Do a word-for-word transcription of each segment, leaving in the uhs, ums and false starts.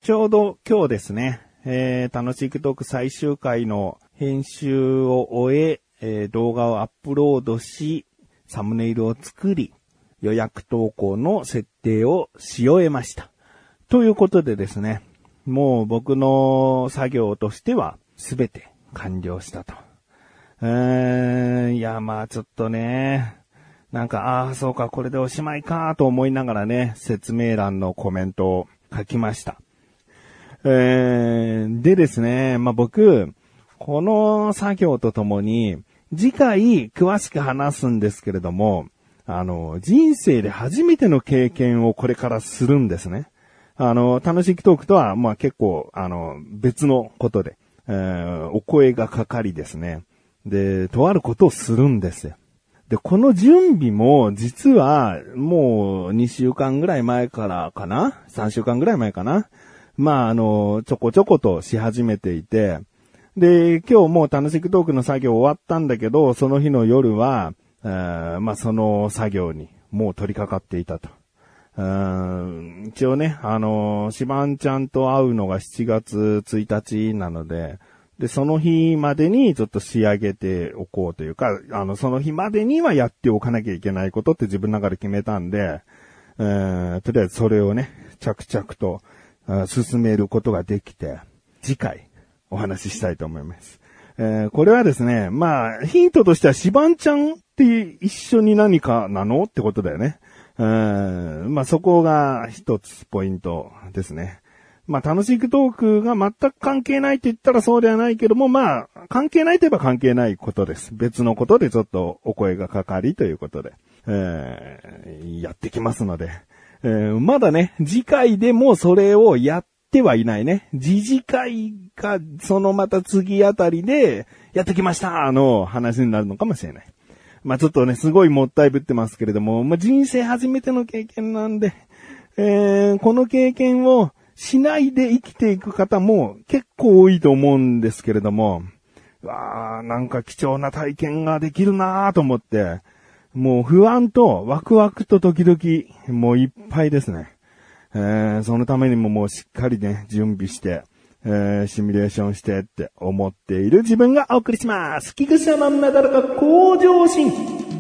ちょうど今日ですね、えー、楽しくトーク最終回の編集を終え、えー、動画をアップロードし、サムネイルを作り、予約投稿の設定をし終えました。ということでですね、もう僕の作業としては全て完了したと。えー、いや、まあちょっとね、なんか、ああ、そうか、これでおしまいかと思いながらね、説明欄のコメントを書きました。えー、でですね、まあ僕、この作業とともに、次回詳しく話すんですけれども、あの、人生で初めての経験をこれからするんですね。あの、楽しくトークとは、まあ結構、あの、別のことで、えー、お声がかかりですね。で、とあることをするんですよ。で、この準備も、実は、もうにしゅうかんぐらい前からかな ?さんしゅうかんぐらい前かなまあ、あの、ちょこちょことし始めていて、で、今日もう楽しくトークの作業終わったんだけど、その日の夜は、えー、まあ、その作業にもう取り掛かっていたと。一応ね、あの、シバンちゃんと会うのがしちがつついたちなので、で、その日までにちょっと仕上げておこうというか、あの、その日までにはやっておかなきゃいけないことって自分の中で決めたんで、えー、とりあえずそれをね、着々と進めることができて、次回お話ししたいと思います。えー、これはですね、まあ、ヒントとしてはシバンちゃんって一緒に何かなのってことだよね。えー、まあそこが一つポイントですね。まあ楽しくトークが全く関係ないって言ったらそうではないけども、まあ関係ないといえば関係ないことです。別のことでちょっとお声がかかりということで、えー、やってきますので、えー、まだね、次回でもそれをやってはいないね。次次回かそのまた次あたりでやってきましたの話になるのかもしれない。まあちょっとね、すごいもったいぶってますけれども、まあ人生初めての経験なんで、えー、この経験をしないで生きていく方も結構多いと思うんですけれども、わー、なんか貴重な体験ができるなーと思って、もう不安とワクワクとドキドキ、もういっぱいですね。えー、そのためにももうしっかりね、準備して、えー、シミュレーションしてって思っている自分がお送りします。菊池のなだらか向上心。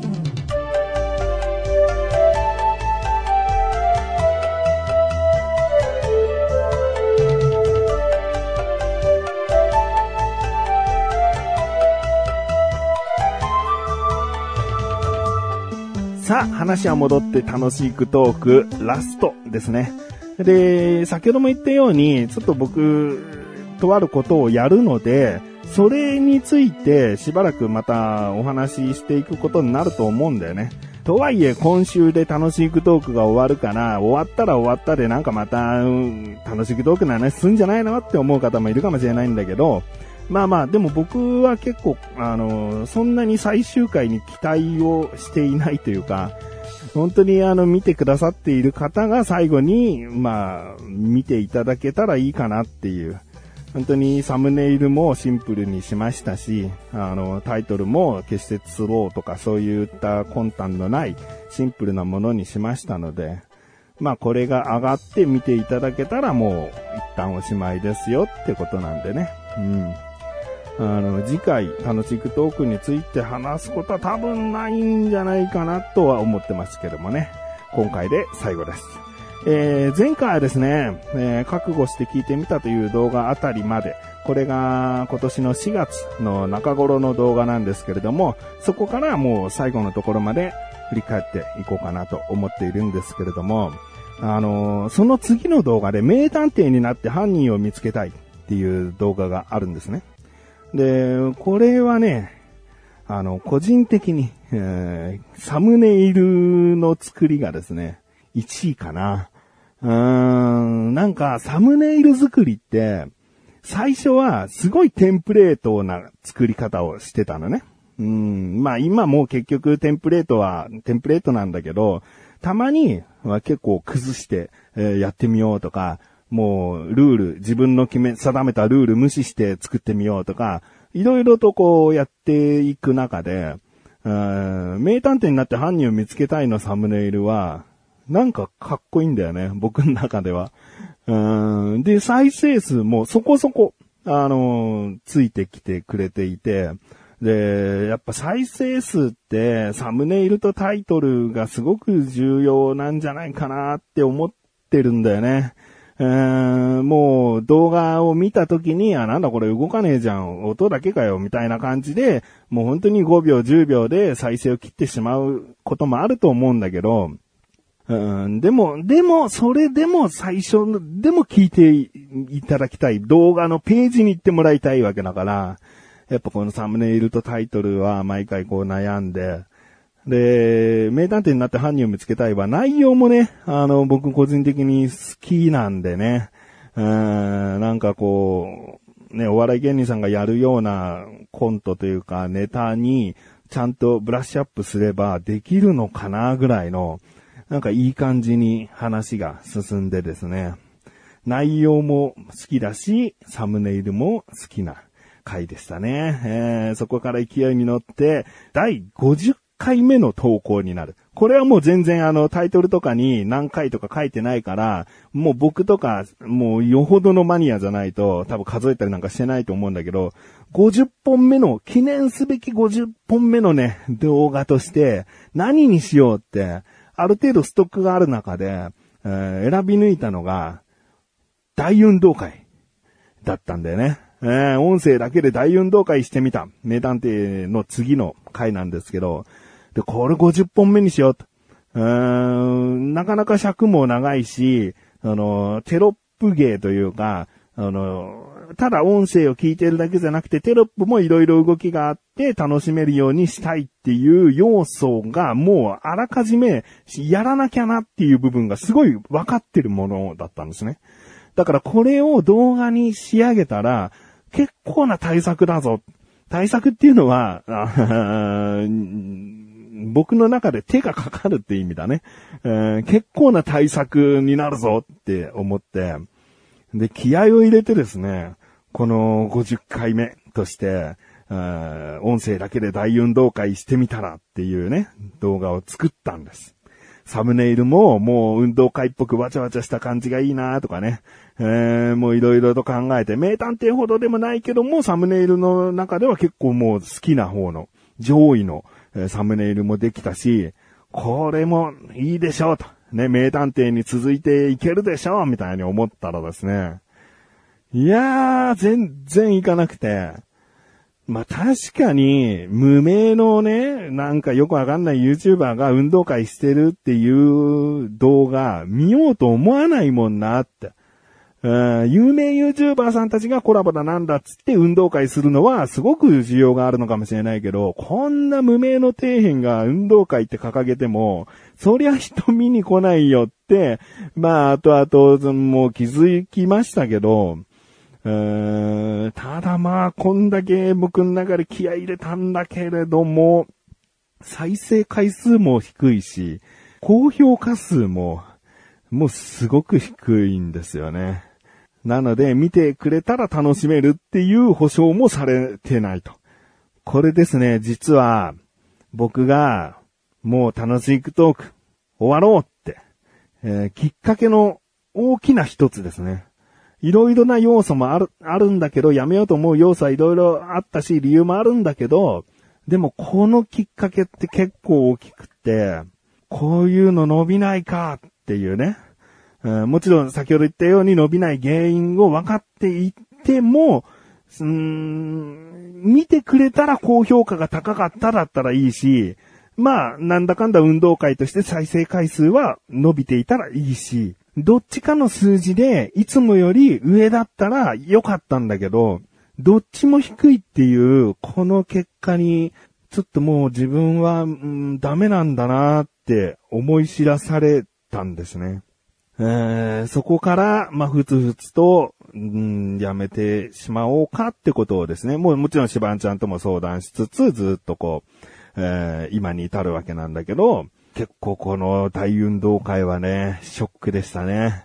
さあ、話は戻って楽しくトークラストですね。で、先ほども言ったように、ちょっと僕、とあることをやるので、それについてしばらくまたお話ししていくことになると思うんだよね。とはいえ、今週で楽しくトークが終わるから、終わったら終わったでなんかまた、うん、楽しくトークの話すんじゃないのって思う方もいるかもしれないんだけど、まあまあ、でも僕は結構、あの、そんなに最終回に期待をしていないというか、本当にあの見てくださっている方が最後にまあ見ていただけたらいいかなっていう、本当にサムネイルもシンプルにしましたし、あのタイトルも結節スローとかそういった魂胆のないシンプルなものにしましたので、まあこれが上がって見ていただけたらもう一旦おしまいですよってことなんでね。うん。あの、次回、楽しくトークについて話すことは多分ないんじゃないかなとは思ってますけどもね。今回で最後です。えー、前回はですね、えー、覚悟して聞いてみたという動画あたりまで、これが今年のしがつの中頃の動画なんですけれども、そこからもう最後のところまで振り返っていこうかなと思っているんですけれども、あのー、その次の動画で名探偵になって犯人を見つけたいっていう動画があるんですね。で、これはね、あの、個人的に、えー、サムネイルの作りがですね、いちいかな。うーん、なんかサムネイル作りって、最初はすごいテンプレートな作り方をしてたのね。うん、まあ今も結局テンプレートはテンプレートなんだけど、たまには結構崩して、えー、やってみようとか、もうルール、自分の決め、定めたルール無視して作ってみようとか、いろいろとこうやっていく中で、名探偵になって犯人を見つけたいのサムネイルは、なんかかっこいいんだよね、僕の中では。 うん。で、再生数もそこそこ、あのー、ついてきてくれていて、で、やっぱ再生数ってサムネイルとタイトルがすごく重要なんじゃないかなって思ってるんだよね。えー、もう動画を見たときに、あ、なんだこれ動かねえじゃん、音だけかよ、みたいな感じで、もう本当にごびょう、じゅうびょうで再生を切ってしまうこともあると思うんだけど、うん、でも、でも、それでも最初の、でも聞いていただきたい。動画のページに行ってもらいたいわけだから、やっぱこのサムネイルとタイトルは毎回こう悩んで、で、名探偵になって犯人を見つけたいは内容もね、あの、僕個人的に好きなんでね、うん、なんかこう、ね、お笑い芸人さんがやるようなコントというかネタにちゃんとブラッシュアップすればできるのかなぐらいの、なんかいい感じに話が進んでですね、内容も好きだし、サムネイルも好きな回でしたね。えー、そこから勢いに乗って、だいごじゅっかいめの投稿になる。これはもう全然あのタイトルとかに何回とか書いてないから、もう僕とかもうよほどのマニアじゃないと多分数えたりなんかしてないと思うんだけど、ごじゅっぽんめの、記念すべきごじゅっぽんめのね、動画として何にしようって、ある程度ストックがある中で、えー、選び抜いたのが大運動会だったんだよね。えー、音声だけで大運動会してみた。名探偵の次の回なんですけど、で、これごじゅっぽんめにしようと。うーん、なかなか尺も長いし、あの、テロップ芸というか、あの、ただ音声を聞いてるだけじゃなくてテロップもいろいろ動きがあって楽しめるようにしたいっていう要素がもうあらかじめやらなきゃなっていう部分がすごい分かってるものだったんですね。だからこれを動画に仕上げたら結構な対策だぞ。対策っていうのは、僕の中で手がかかるって意味だね、えー。結構な対策になるぞって思って、で、気合を入れてですね、このごじゅっかいめとして、音声だけで大運動会してみたらっていうね、動画を作ったんです。サムネイルももう運動会っぽくわちゃわちゃした感じがいいなとかね、えー、もういろいろと考えて、名探偵ほどでもないけども、サムネイルの中では結構もう好きな方の上位のサムネイルもできたし、これもいいでしょうと。ね、名探偵に続いていけるでしょうみたいに思ったらですね。いやー、全然いかなくて。まあ、確かに、無名のね、なんかよくわかんない YouTuber が運動会してるっていう動画見ようと思わないもんなって。うん、有名 YouTuber さんたちがコラボだなんだっつって運動会するのはすごく需要があるのかもしれないけど、こんな無名の底辺が運動会って掲げても、そりゃ人見に来ないよって、まあ、後々もう気づきましたけど、うーん、ただまあ、こんだけ僕の中で気合い入れたんだけれども、再生回数も低いし、高評価数も、もうすごく低いんですよね。なので、見てくれたら楽しめるっていう保証もされてないと。これですね、実は、僕が、もう楽しくトーク、終わろうって、えー、きっかけの大きな一つですね。いろいろな要素もある、あるんだけど、やめようと思う要素はいろいろあったし、理由もあるんだけど、でもこのきっかけって結構大きくって、こういうの伸びないかっていうね。うん、もちろん先ほど言ったように伸びない原因を分かっていても、うーん、見てくれたら高評価が高かっただったらいいし、まあ、なんだかんだ運動会として再生回数は伸びていたらいいし、どっちかの数字でいつもより上だったら良かったんだけど、どっちも低いっていうこの結果に、ちょっともう自分は、うん、ダメなんだなって思い知らされたんですね。えー、そこから、まあ、ふつふつと、うん、やめてしまおうかってことをですね、もうもちろんしばんちゃんとも相談しつつ、ずっとこう、えー、今に至るわけなんだけど、結構この大運動会はね、ショックでしたね。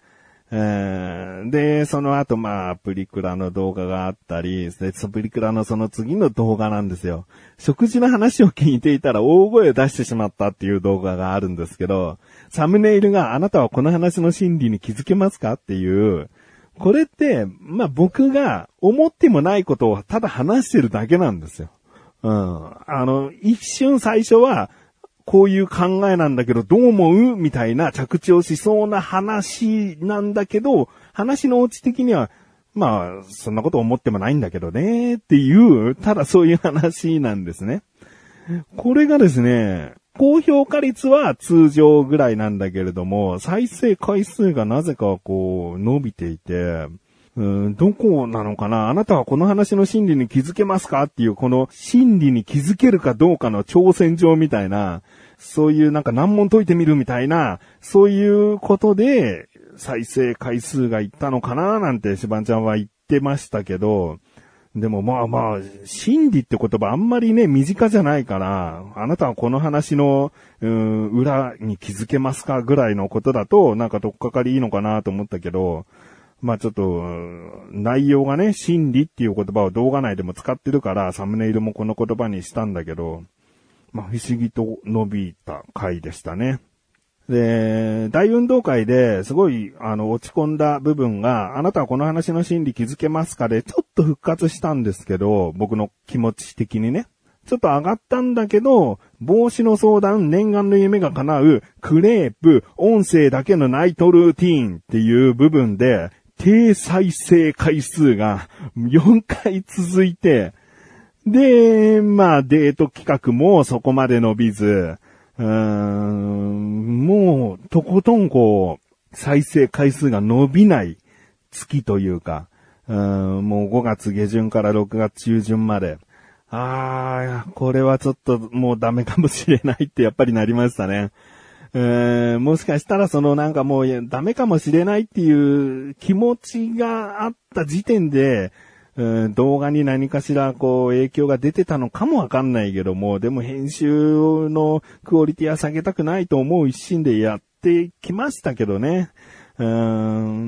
えー、で、その後、まあ、プリクラの動画があったり、でプリクラのその次の動画なんですよ。食事の話を聞いていたら大声を出してしまったっていう動画があるんですけど、サムネイルがあなたはこの話の真理に気づけますかっていう、これって、まあ僕が思ってもないことをただ話してるだけなんですよ。うん。あの、一瞬最初は、こういう考えなんだけどどう思うみたいな着地をしそうな話なんだけど、話のオチ的には、まあ、そんなこと思ってもないんだけどねっていう、ただそういう話なんですね。これがですね、高評価率は通常ぐらいなんだけれども、再生回数がなぜかこう伸びていて、うーん、どこなのかな、あなたはこの話の真理に気づけますかっていう、この真理に気づけるかどうかの挑戦状みたいな、そういうなんか難問解いてみるみたいな、そういうことで再生回数がいったのかななんてシバンちゃんは言ってましたけど、でもまあまあ、真理って言葉あんまりね、身近じゃないから、あなたはこの話の、うーん、裏に気づけますかぐらいのことだと、なんかとっかかりいいのかなと思ったけど、まあちょっと、内容がね、真理っていう言葉を動画内でも使ってるから、サムネイルもこの言葉にしたんだけど、まあ不思議と伸びた回でしたね。で、大運動会ですごい、あの、落ち込んだ部分が、あなたはこの話の真理気づけますかで、ちょっと復活したんですけど、僕の気持ち的にね。ちょっと上がったんだけど、帽子の相談、念願の夢が叶う、クレープ、音声だけのナイトルーティーンっていう部分で、低再生回数がよんかい続いて、で、まあデート企画もそこまで伸びず、うーん、もうとことんこう再生回数が伸びない月というか、うーん、もうごがつ下旬からろくがつ中旬まで、あー、これはちょっともうダメかもしれないってやっぱりなりましたね。えー、もしかしたらそのなんかもうダメかもしれないっていう気持ちがあった時点で、うん、動画に何かしらこう影響が出てたのかもわかんないけども、でも編集のクオリティは下げたくないと思う一心でやってきましたけどね。うん、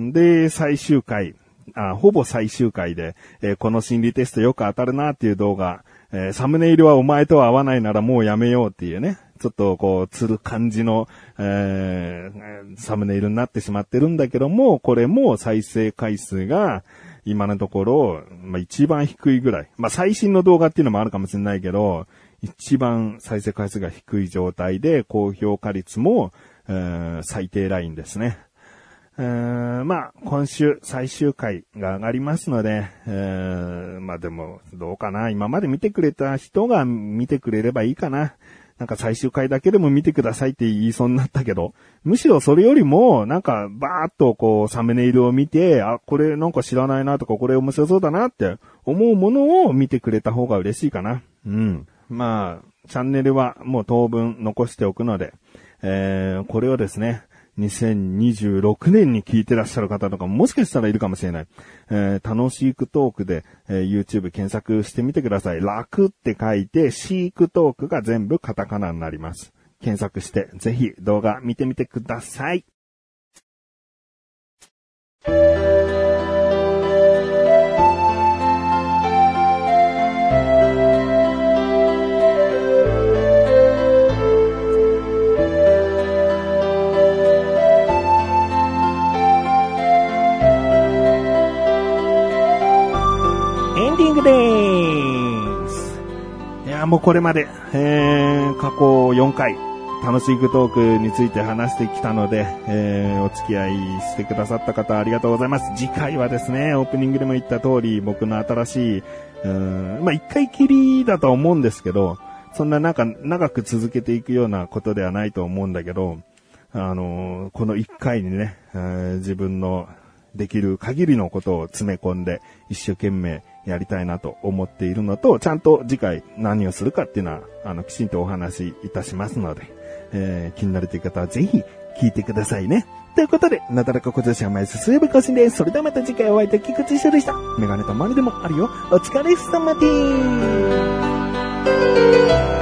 で、最終回、あ、ほぼ最終回で、えー、この心理テストよく当たるなっていう動画、えー、サムネイルはお前とは合わないならもうやめようっていうね。ちょっとこう、つる感じの、えー、サムネイルになってしまってるんだけども、これも再生回数が、今のところ、まあ、一番低いぐらい。まあ、最新の動画っていうのもあるかもしれないけど、一番再生回数が低い状態で、高評価率も、えー、最低ラインですね。えー、まあ、今週最終回が上がりますので、えー、まあでも、どうかな。今まで見てくれた人が見てくれればいいかな。なんか最終回だけでも見てくださいって言いそうになったけど、むしろそれよりも、なんかバーっとこうサムネイルを見て、あ、これなんか知らないなとか、これ面白そうだなって思うものを見てくれた方が嬉しいかな。うん。まあ、チャンネルはもう当分残しておくので、えー、これをですね、にせんにじゅうろくねんに聞いてらっしゃる方とかももしかしたらいるかもしれない。えー、楽しくトークで、えー、YouTube 検索してみてください。楽って書いて、シークトークが全部カタカナになります。検索して、ぜひ動画見てみてください。エンディングでーす。いや、もうこれまで、えー、過去よんかい、楽しいトークについて話してきたので、えー、お付き合いしてくださった方ありがとうございます。次回はですね、オープニングでも言った通り、僕の新しい、うーん、まあ、一回きりだと思うんですけど、そんななんか長く続けていくようなことではないと思うんだけど、あのー、この一回にね、えー、自分のできる限りのことを詰め込んで、一生懸命やりたいなと思っているのと、ちゃんと次回何をするかっていうのは、あの、きちんとお話しいたしますので、えー、気になるという方はぜひ聞いてくださいね。ということで、なだらか小女子は毎週水曜日更新です。それではまた次回お会いできくちしゅでした。メガネとマリでもあるよ。お疲れ様でーす。